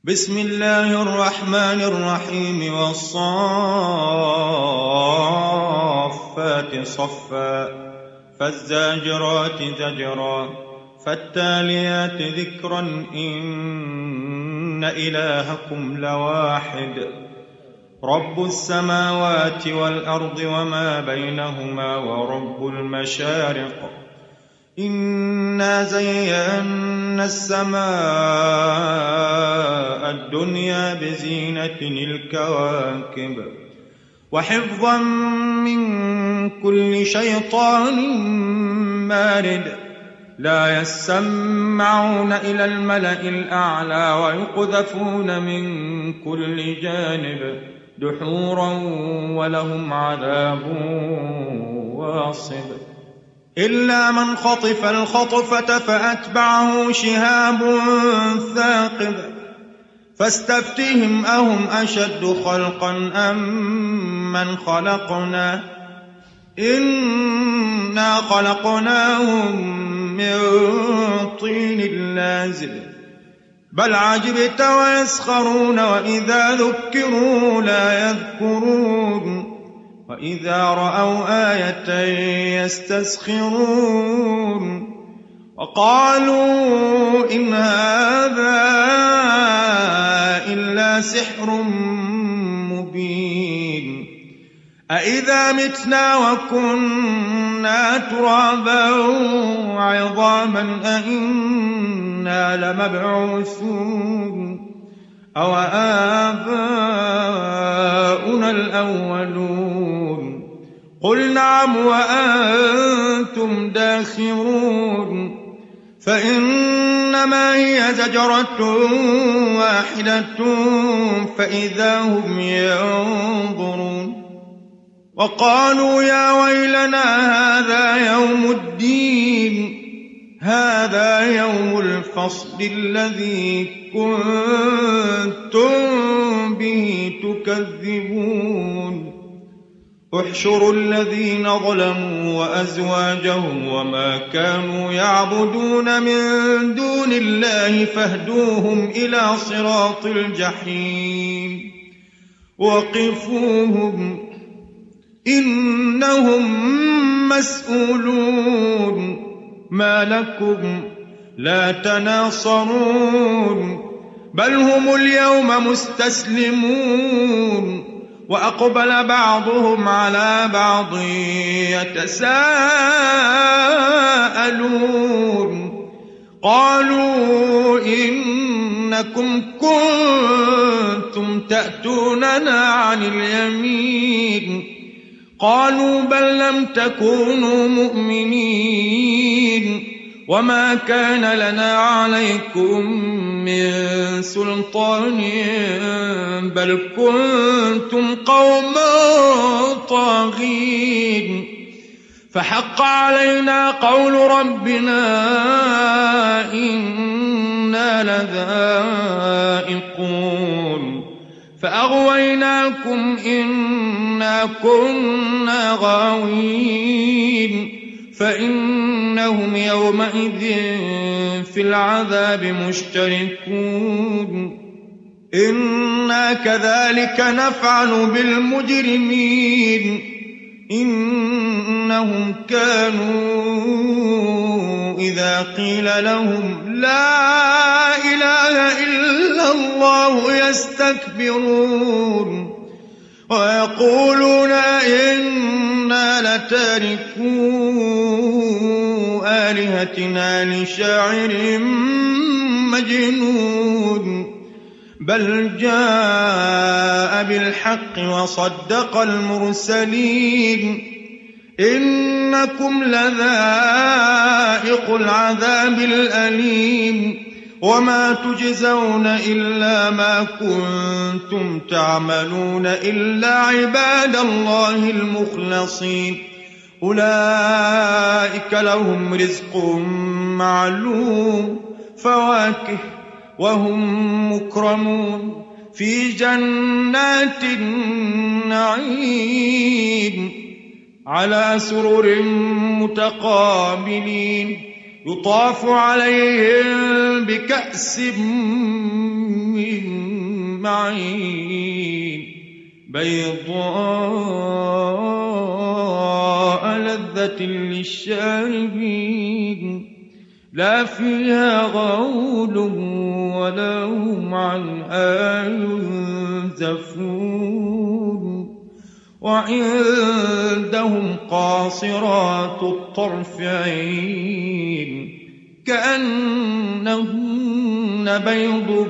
بسم الله الرحمن الرحيم والصافات صفا فالزاجرات زجرا فالتاليات ذكرا إن إلهكم لواحد رب السماوات والأرض وما بينهما ورب المشارق إنا زينا السماء الدنيا بزينة الكواكب وحفظا من كل شيطان مارد لا يسمعون إلى الملأ الأعلى ويقذفون من كل جانب دحورا ولهم عذاب واصب إلا من خطف الخطفة فأتبعه شهاب ثاقب فاستفتهم أهم أشد خلقا أم من خلقنا إنا خلقناهم من طين لازب بل عجبت ويسخرون وإذا ذكروا لا يذكرون وإذا رأوا آية يستسخرون وقالوا إن هذا إلا سحر مبين أإذا متنا وكنا ترابا وعظاما أإنا لمبعوثون أو آباؤنا الأولون قل نعم وأنتم داخرون فإنما هي زجرة واحدة فإذا هم ينظرون وقالوا يا ويلنا هذا يوم الدين هذا يوم الفصل الذي كنتم به تكذبون احشروا الذين ظلموا وأزواجهم وما كانوا يعبدون من دون الله فاهدوهم إلى صراط الجحيم وقفوهم إنهم مسؤولون ما لكم لا تناصرون بل هم اليوم مستسلمون وأقبل بعضهم على بعض يتساءلون قالوا إنكم كنتم تأتوننا عن اليمين قالوا بل لم تكونوا مؤمنين وما كان لنا عليكم من سلطان بل كنتم قوما طاغين فحق علينا قول ربنا إنا لذائقون فأغويناكم إنا كنا غاوين فإنهم يومئذ في العذاب مشتركون إنا كذلك نفعل بالمجرمين إنهم كانوا إذا قيل لهم لا إله إلا الله يستكبرون ويقولون إنا لتاركو آلهتنا لشاعر مجنون بل جاء بالحق وصدق المرسلين إنكم لذائق العذاب الأليم وما تجزون إلا ما كنتم تعملون إلا عباد الله المخلصين أولئك لهم رزق معلوم فواكه وهم مكرمون في جنات النعيم على سرر متقابلين يطاف عليهم بكأس من معين بيضاء لذة للشاربين لا فيها غول ولا هم عنها ينزفون وعندهم قاصرات الطرف عين كأنهن بيض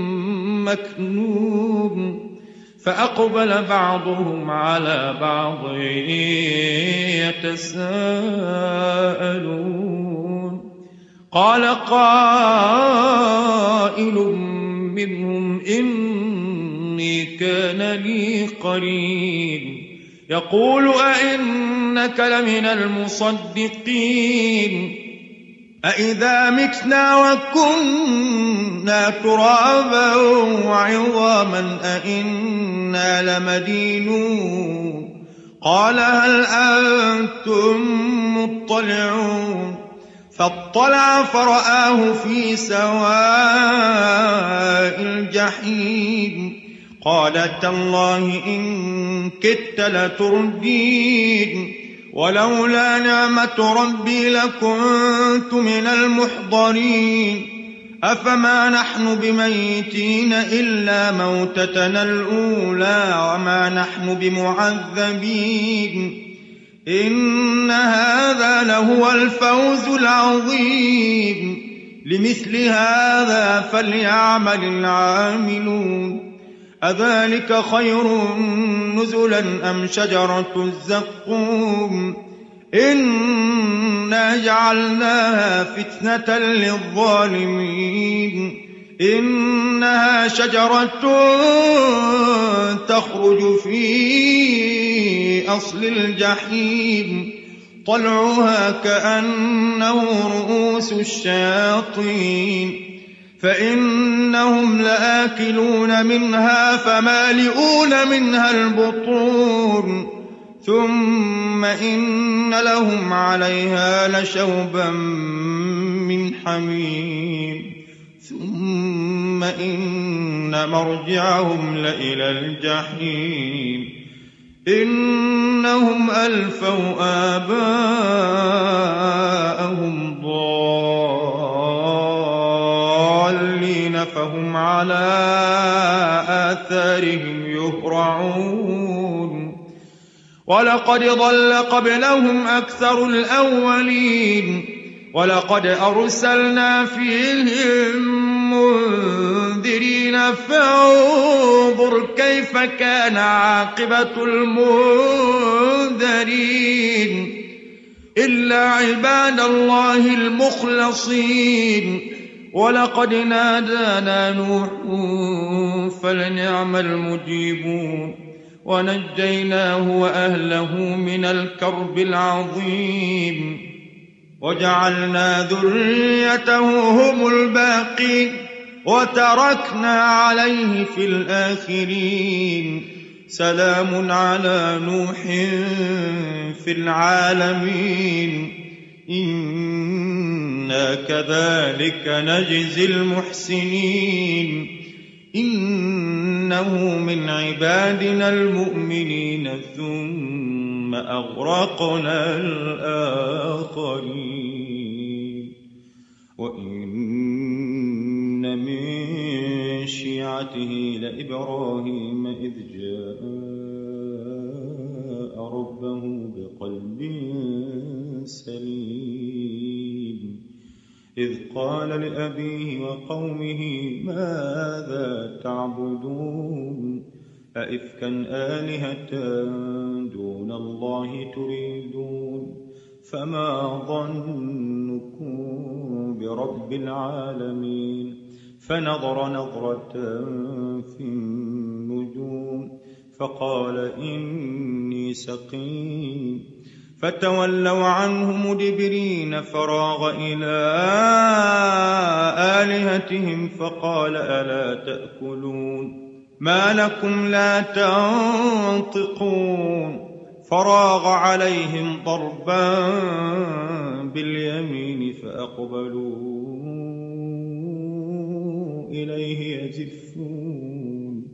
مكنون فأقبل بعضهم على بعض يتساءلون قال قائل منهم إني كان لي قرين يقول أئنك لمن المصدقين أئذا متنا وكنا ترابا وعظاما أئنا لمدينون قال هل أنتم مطلعون فاطلع فرآه في سواء الجحيم قال تالله إن كدت لتردين ولولا نعمة ربي لكنت من المحضرين أفما نحن بميتين إلا موتتنا الأولى وما نحن بمعذبين إن هذا لهو الفوز العظيم لمثل هذا فليعمل العاملون أذلك خير نزلا أم شجرة الزقوم إنا جعلناها فتنة للظالمين إنها شجرة تخرج في أصل الجحيم طلعها كأنه رؤوس الشياطين فإنهم لآكلون منها فمالئون منها البطون ثم إن لهم عليها لشوبا من حميم ثم إن مرجعهم لإلى الجحيم إنهم ألفوا آباءهم ضالين فهم على آثارهم يهرعون ولقد ضل قبلهم أكثر الأولين ولقد أرسلنا فيهم منذرين فانظر كيف كان عاقبة المنذرين إلا عباد الله المخلصين ولقد نادانا نوح فلنعم المجيبون ونجيناه وأهله من الكرب العظيم وجعلنا ذريته هم الباقين وتركنا عليه في الآخرين سلام على نوح في العالمين إنا كذلك نجزي المحسنين إنه من عبادنا المؤمنين ثم أغرقنا الآخرين وإن من شيعته لإبراهيم إذ جاء ربه بقلب سليم إذ قال لأبيه وقومه ماذا تعبدون أئفكا آلهة دون الله تريدون فما ظنكم برب العالمين فنظر نظرة في النجوم فقال إني سقيم فتولوا عنه مدبرين فراغ إلى آلهتهم فقال ألا تأكلون ما لكم لا تنطقون فراغ عليهم ضربا باليمين فأقبلوا إليه يزفون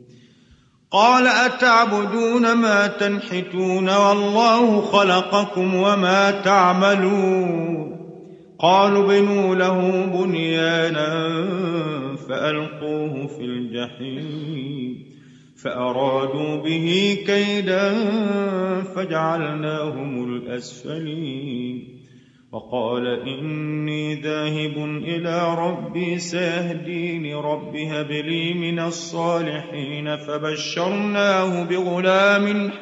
قال أتعبدون ما تنحتون والله خلقكم وما تعملون قالوا بنوا له بنيانا فألقوه في الجحيم فأرادوا به كيدا فجعلناهم الأسفلين وقال إني ذاهب إلى ربي سيهديني رب هب لي من الصالحين فبشرناه بغلام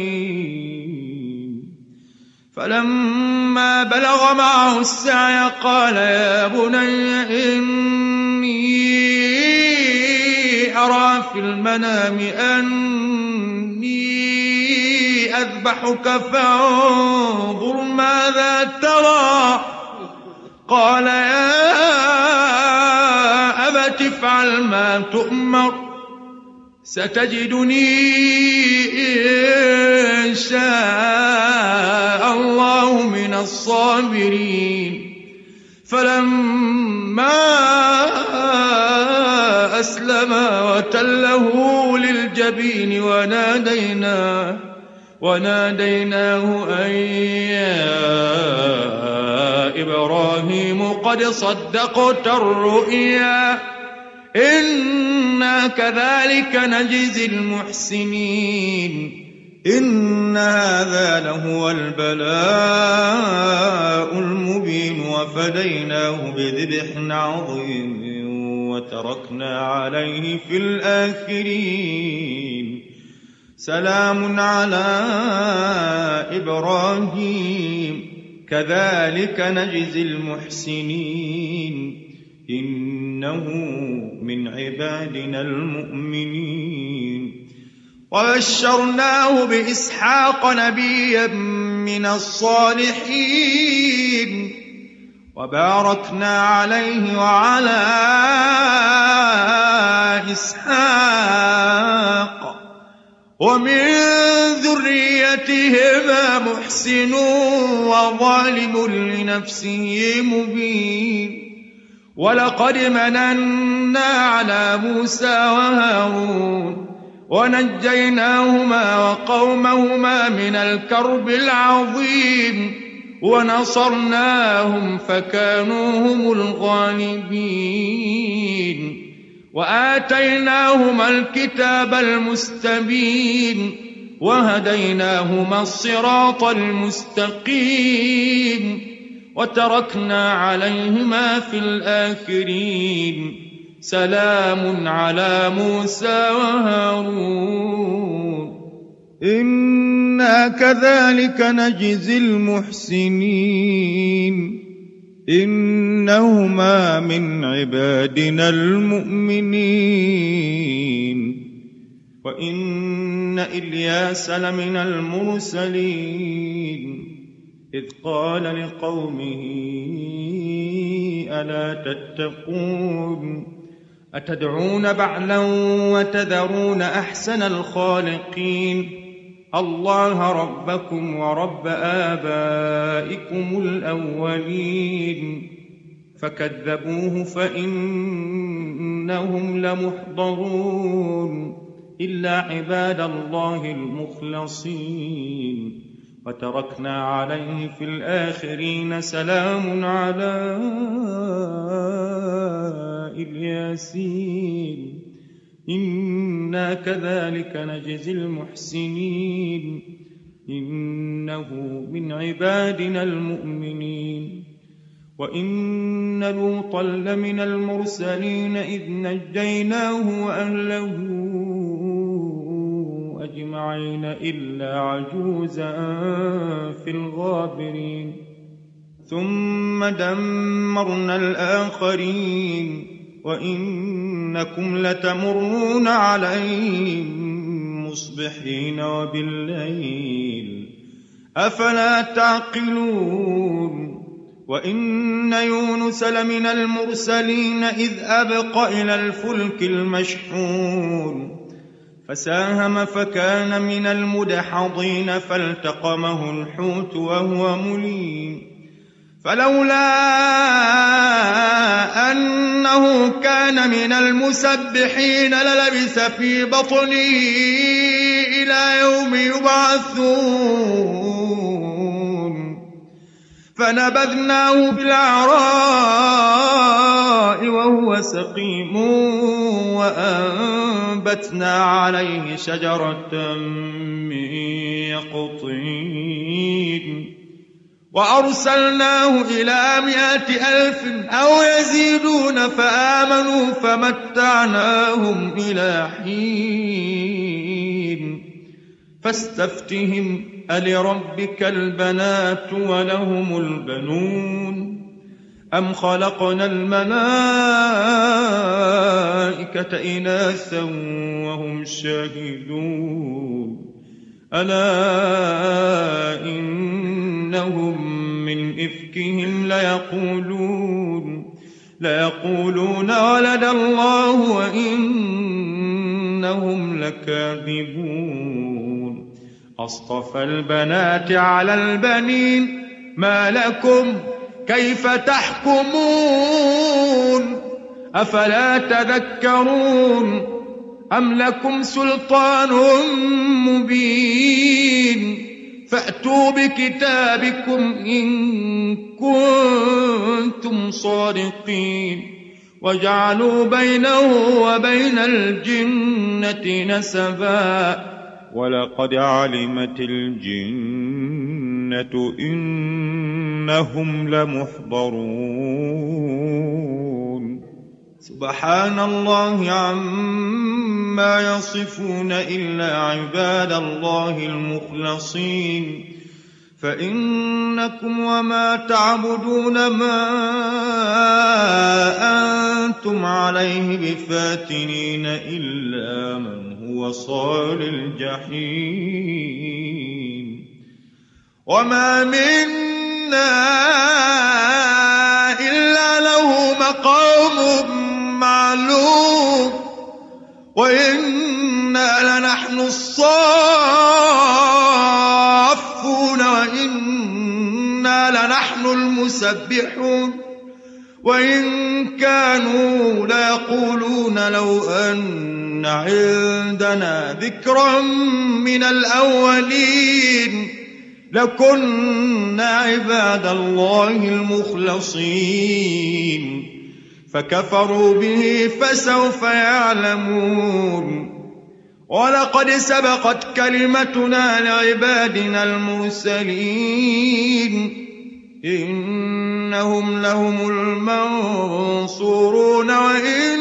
حليم فلما بلغ معه السعي قال يا بني إني أرى في المنام أني أذبحك فانظر ماذا ترى قال يا أبت افعل ما تؤمر ستجدني إن شاء الله من الصابرين فلما أسلما وتله للجبين وناديناه أن يا إبراهيم قد صدقت الرؤيا إنا كذلك نجزي المحسنين إن هذا لهو البلاء المبين وفديناه بذبح عظيم وتركنا عليه في الآخرين سلام على إبراهيم كذلك نجزي المحسنين إنه من عبادنا المؤمنين وبشرناه بإسحاق نبيا من الصالحين وباركنا عليه وعلى إسحاق ومن ذريتهما محسن وظالم لنفسه مبين ولقد مننا على موسى وهارون ونجيناهما وقومهما من الكرب العظيم ونصرناهم فكانوا هم الغالبين وآتيناهما الكتاب المستبين وهديناهما الصراط المستقيم وتركنا عليهما في الآخرين سلام على موسى وهارون إنا كذلك نجزي المحسنين إنهما من عبادنا المؤمنين وإن إلياس لمن المرسلين إذ قال لقومه ألا تتقون أتدعون بعلا وتذرون أحسن الخالقين الله ربكم ورب آبائكم الأولين فكذبوه فإنهم لمحضرون إلا عباد الله المخلصين وتركنا عليه في الآخرين سلام على الياسين إنا كذلك نجزي المحسنين إنه من عبادنا المؤمنين وإن لوطا لمن المرسلين إذ نجيناه وأهله أجمعين إلا عجوزا في الغابرين ثم دمرنا الآخرين وإنكم لتمرون عليهم مصبحين وبالليل أفلا تعقلون وإن يونس لمن المرسلين إذ أبق إلى الفلك المشحون فساهم فكان من المدحضين فالتقمه الحوت وهو مليم فلولا أنه كان من المسبحين للبث في بطنه إلى يوم يبعثون فنبذناه بالعراء وهو سقيم وأنبتنا عليه شجرة من يقطين وأرسلناه إلى 100,000 أو يزيدون فآمنوا فمتعناهم إلى حين فاستفتهم ألربك البنات ولهم البنون أم خلقنا الملائكة إناثا وهم شاهدون ألا إنهم من إفكهم ليقولون ولد الله وإنهم لكاذبون أصطفى البنات على البنين ما لكم كيف تحكمون أفلا تذكرون أم لكم سلطان مبين فأتوا بكتابكم إن كنتم صادقين وجعلوا بينه وبين الجنة نسبا ولقد علمت الجنة إنهم لمحضرون سبحان الله عما يصفون إلا عباد الله المخلصين فإنكم وما تعبدون ما أنتم عليه بفاتنين إلا من هو صال الجحيم وما منا إلا له مقام معلوم وإنا لنحن الصافون وإنا لنحن المسبحون وإن كانوا ليقولون لو أن عندنا ذكرا من الأولين لكنا عباد الله المخلصين فكفروا به فسوف يعلمون ولقد سبقت كلمتنا لعبادنا المرسلين إنهم لهم المنصورون وإن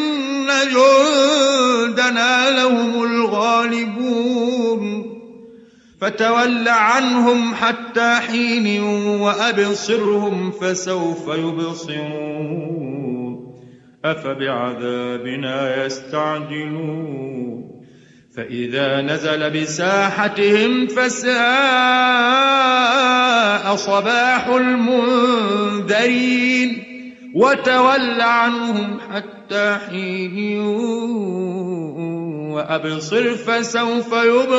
جندنا لهم الغالبون فتول عنهم حتى حين وأبصرهم فسوف يبصرون أفبعذابنا يستعجلون فإذا نزل بساحتهم فساء صباح المنذرين وتول عنهم حتى حين وأبصر فسوف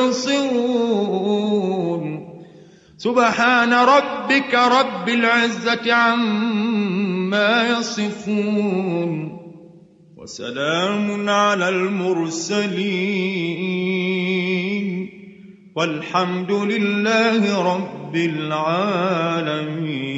يبصرون سبحان ربك رب العزة عما يصفون وسلام على المرسلين والحمد لله رب العالمين.